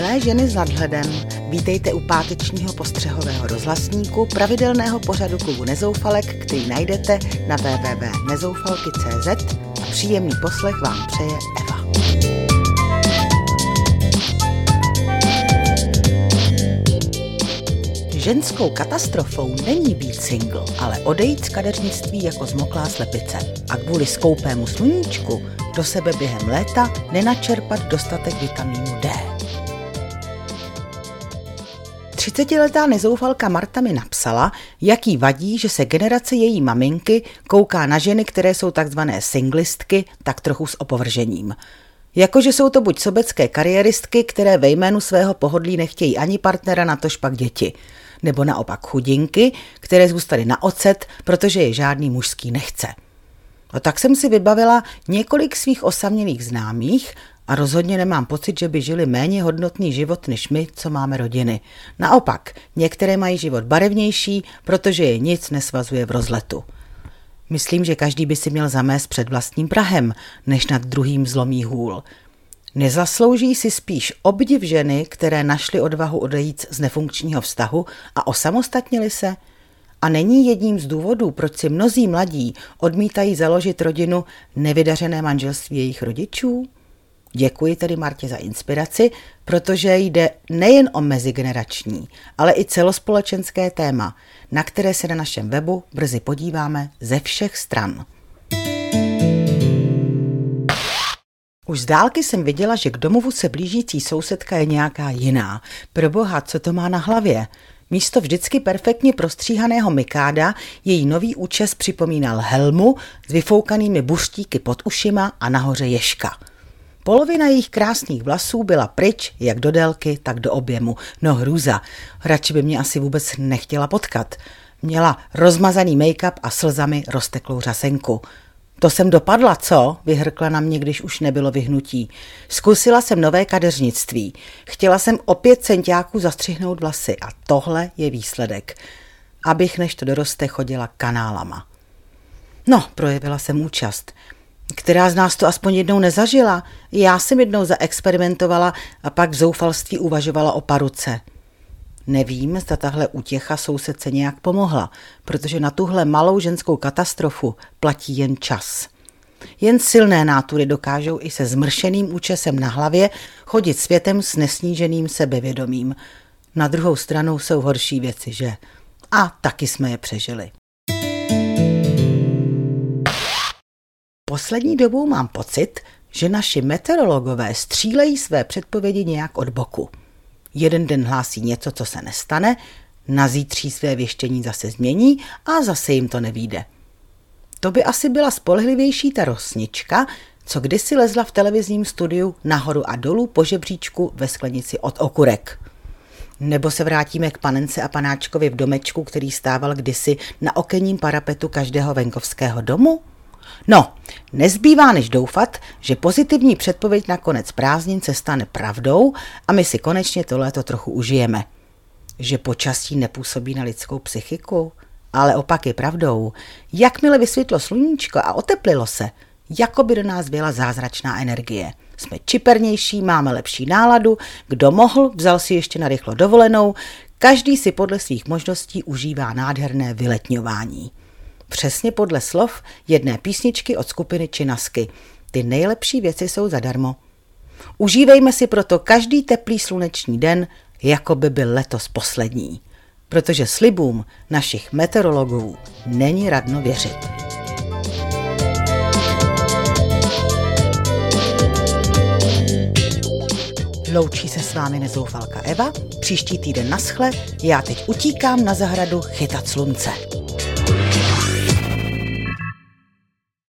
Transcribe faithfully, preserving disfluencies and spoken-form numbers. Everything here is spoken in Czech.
Milé ženy s nadhledem, vítejte u pátečního postřehového rozhlasníku pravidelného pořadu klubu Nezoufalek, který najdete na w w w tečka nezoufalky tečka c z a příjemný poslech vám přeje Eva. Ženskou katastrofou není být single, ale odejít z kadeřnictví jako zmoklá slepice a kvůli skoupému sluníčku do sebe během léta nenačerpat dostatek vitamínu D. třicetiletá nezoufalka Marta mi napsala, jak jí vadí, že se generace její maminky kouká na ženy, které jsou takzvané singlistky, tak trochu s opovržením. Jakože jsou to buď sobecké kariéristky, které ve jménu svého pohodlí nechtějí ani partnera, natož pak děti. Nebo naopak chudinky, které zůstaly na ocet, protože je žádný mužský nechce. A tak jsem si vybavila několik svých osamělých známých a rozhodně nemám pocit, že by žili méně hodnotný život než my, co máme rodiny. Naopak, některé mají život barevnější, protože je nic nesvazuje v rozletu. Myslím, že každý by si měl zamést před vlastním prahem, než nad druhým zlomí hůl. Nezaslouží si spíš obdiv ženy, které našly odvahu odejít z nefunkčního vztahu a osamostatnili se? A není jedním z důvodů, proč si mnozí mladí odmítají založit rodinu, nevydařené manželství jejich rodičů? Děkuji tedy Martě za inspiraci, protože jde nejen o mezigenerační, ale i celospolečenské téma, na které se na našem webu brzy podíváme ze všech stran. Už z dálky jsem viděla, že k domovu se blížící sousedka je nějaká jiná. Proboha, co to má na hlavě? Místo vždycky perfektně prostříhaného mikáda její nový účes připomínal helmu s vyfoukanými buřtíky pod ušima a nahoře ježka. Polovina jejich krásných vlasů byla pryč, jak do délky, tak do objemu. No hrůza, radši by mě asi vůbec nechtěla potkat. Měla rozmazaný make-up a slzami rozteklou řasenku. To jsem dopadla, co? Vyhrkla na mě, když už nebylo vyhnutí. Zkusila jsem nové kadeřnictví. Chtěla jsem o pět centiáků zastřihnout vlasy a tohle je výsledek. Abych, než to doroste, chodila kanálama. No, projevila jsem účast. Která z nás to aspoň jednou nezažila? Já jsem jednou zaexperimentovala a pak v zoufalství uvažovala o paruce. Nevím, zda tahle útěcha sousedce nějak pomohla, protože na tuhle malou ženskou katastrofu platí jen čas. Jen silné nátury dokážou i se zmršeným účesem na hlavě chodit světem s nesníženým sebevědomím. Na druhou stranu jsou horší věci, že? A taky jsme je přežili. Poslední dobou mám pocit, že naši meteorologové střílejí své předpovědi nějak od boku. Jeden den hlásí něco, co se nestane, na zítří své věštění zase změní a zase jim to nevyjde. To by asi byla spolehlivější ta rosnička, co kdysi lezla v televizním studiu nahoru a dolů po žebříčku ve sklenici od okurek. Nebo se vrátíme k panence a panáčkovi v domečku, který stával kdysi na okenním parapetu každého venkovského domu? No, nezbývá než doufat, že pozitivní předpověď na konec prázdnin se stane pravdou a my si konečně to léto trochu užijeme. Že počasí nepůsobí na lidskou psychiku? Ale opak je pravdou. Jakmile vysvětlo sluníčko a oteplilo se, jako by do nás byla zázračná energie. Jsme čipernější, máme lepší náladu, kdo mohl, vzal si ještě narychlo dovolenou, každý si podle svých možností užívá nádherné vyletňování. Přesně podle slov jedné písničky od skupiny Činasky. Ty nejlepší věci jsou zadarmo. Užívejme si proto každý teplý sluneční den, jako by byl letos poslední. Protože slibům našich meteorologů není radno věřit. Loučí se s vámi nezoufalka Eva, příští týden naschle, já teď utíkám na zahradu chytat slunce.